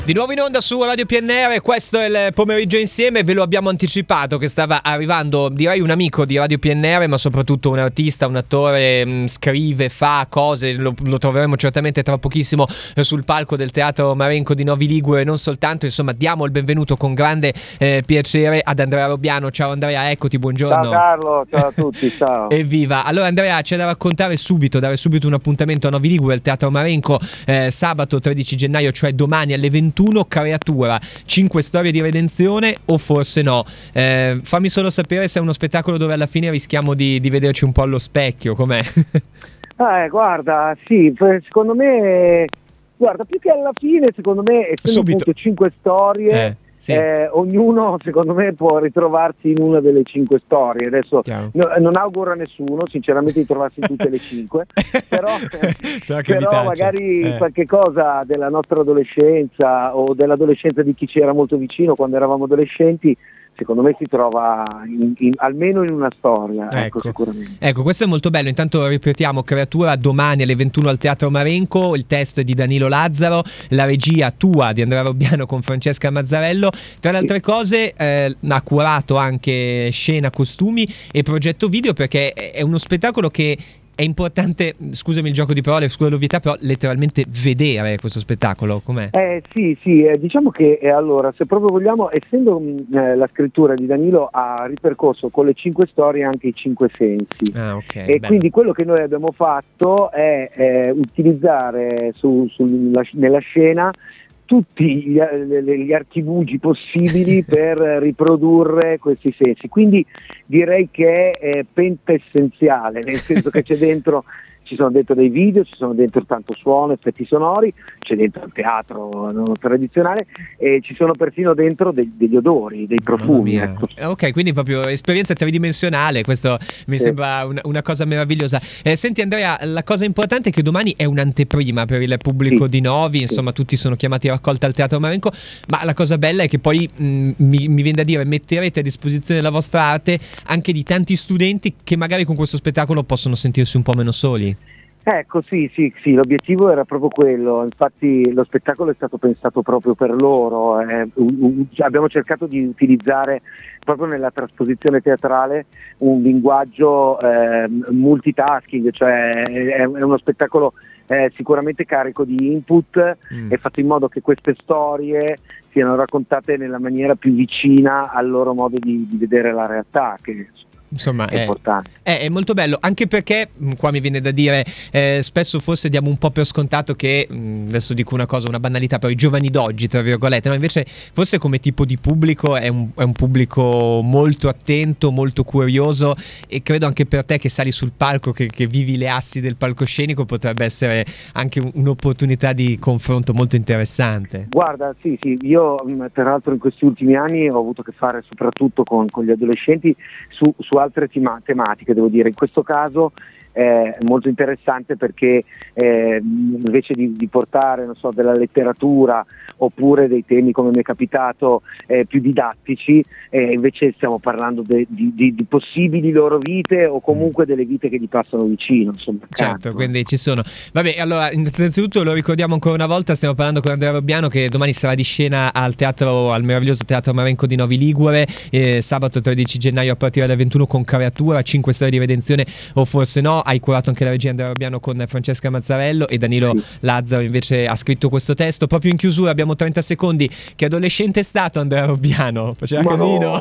Di nuovo in onda su Radio PNR, questo è il pomeriggio insieme, ve lo abbiamo anticipato che stava arrivando, direi un amico di Radio PNR, ma soprattutto un artista, un attore, scrive, fa cose, lo troveremo certamente tra pochissimo sul palco del Teatro Marenco di Novi Ligure, non soltanto, insomma diamo il benvenuto con grande piacere ad Andrea Robbiano. Ciao Andrea, eccoti, buongiorno. Ciao Carlo, ciao a tutti, ciao. Evviva, allora Andrea c'è da raccontare subito, dare subito un appuntamento a Novi Ligure, il Teatro Marenco, sabato 13 gennaio, cioè domani alle 21, Creatura, 5 storie di redenzione o forse no. Fammi solo sapere se è uno spettacolo dove alla fine rischiamo di vederci un po' allo specchio, com'è? Guarda, sì, secondo me, guarda, più che alla fine, secondo me, essendo appunto 5 storie, sì. Ognuno secondo me può ritrovarsi in una delle 5 storie. Adesso non auguro a nessuno sinceramente di trovarsi in tutte le 5, però magari qualche cosa della nostra adolescenza o dell'adolescenza di chi ci era molto vicino quando eravamo adolescenti, secondo me si trova almeno in una storia, ecco, sicuramente. Ecco, questo è molto bello. Intanto ripetiamo, Creatura domani alle 21 al Teatro Marenco, il testo è di Danilo Lazzaro, la regia tua di Andrea Robbiano con Francesca Mazzarello. Tra le altre cose ha curato anche scena, costumi e progetto video, perché è uno spettacolo che è importante, scusami il gioco di parole, scusa l'ovvietà, però letteralmente vedere questo spettacolo, com'è? Sì, diciamo che allora, se proprio vogliamo, essendo la scrittura di Danilo ha ripercorso con le 5 storie anche i 5 sensi, okay, e bello. Quindi quello che noi abbiamo fatto è utilizzare nella scena tutti gli archibugi possibili per riprodurre questi sensi, quindi direi che è pentaessenziale, nel senso che ci sono dentro dei video, ci sono dentro tanto suono, effetti sonori, c'è dentro il teatro non tradizionale e ci sono persino dentro degli odori, dei profumi. Ecco. Ok, quindi proprio esperienza tridimensionale, questo mi sembra una cosa meravigliosa. Senti Andrea, la cosa importante è che domani è un'anteprima per il pubblico di Novi, insomma tutti sono chiamati a raccolta al Teatro Marenco, ma la cosa bella è che poi mi viene da dire, metterete a disposizione la vostra arte anche di tanti studenti che magari con questo spettacolo possono sentirsi un po' meno soli. Ecco, sì, l'obiettivo era proprio quello, infatti lo spettacolo è stato pensato proprio per loro, abbiamo cercato di utilizzare proprio nella trasposizione teatrale un linguaggio multitasking, cioè è uno spettacolo sicuramente carico di input e fatto in modo che queste storie siano raccontate nella maniera più vicina al loro modo di vedere la realtà, che insomma è importante. È molto bello, anche perché qua mi viene da dire spesso forse diamo un po' per scontato che adesso dico una cosa, una banalità, però i giovani d'oggi tra virgolette, no, invece forse come tipo di pubblico è un pubblico molto attento, molto curioso, e credo anche per te che sali sul palco, che vivi le assi del palcoscenico, potrebbe essere anche un'opportunità di confronto molto interessante. Guarda, sì, io tra l'altro in questi ultimi anni ho avuto a che fare soprattutto con gli adolescenti su altre tematiche, devo dire. In questo caso è molto interessante perché invece di portare, non so, della letteratura oppure dei temi, come mi è capitato, più didattici, invece stiamo parlando di possibili loro vite o comunque delle vite che gli passano vicino, insomma. Certo, quindi ci sono. Vabbè, allora innanzitutto lo ricordiamo ancora una volta, stiamo parlando con Andrea Robbiano, che domani sarà di scena al meraviglioso Teatro Marenco di Novi Ligure, sabato 13 gennaio a partire dalle 21 con Creatura, 5 storie di redenzione o forse no. Hai curato anche la regia Andrea Robbiano con Francesca Mazzarello, e Danilo Lazzaro invece ha scritto questo testo. Proprio in chiusura abbiamo 30 secondi. Che adolescente è stato Andrea Robbiano? Faceva casino?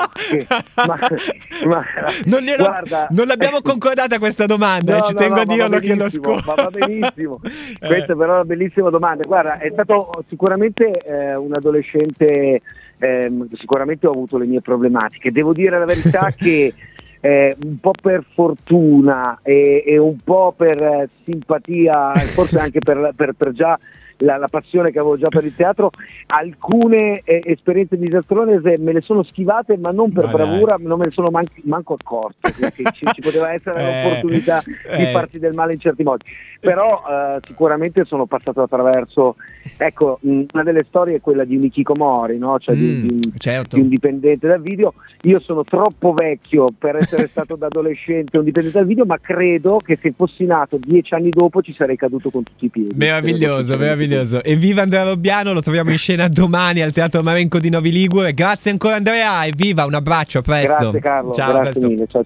Non l'abbiamo concordata questa domanda, ci tengo a dirlo che lo scorso. Ma va benissimo. Questa però è una bellissima domanda. Guarda, è stato sicuramente un adolescente, sicuramente ho avuto le mie problematiche. Devo dire la verità che un po' per fortuna e un po' per simpatia, forse anche per già la passione che avevo già per il teatro, alcune esperienze disastrose me le sono schivate, ma non per bravura, non me ne sono manco accorte, perché ci poteva essere l'opportunità di farsi del male in certi modi. Però sicuramente sono passato attraverso, ecco, una delle storie è quella di un hikikomori, no? Cioè di un dipendente dal video. Io sono troppo vecchio per essere stato da adolescente un dipendente dal video, ma credo che se fossi nato 10 anni dopo ci sarei caduto con tutti i piedi. Meraviglioso. Meraviglioso. Evviva Andrea Robbiano, lo troviamo in scena domani al Teatro Marenco di Novi Ligure. Grazie ancora Andrea, evviva, un abbraccio, a presto. Grazie Carlo, Ciao, grazie mille. Ciao.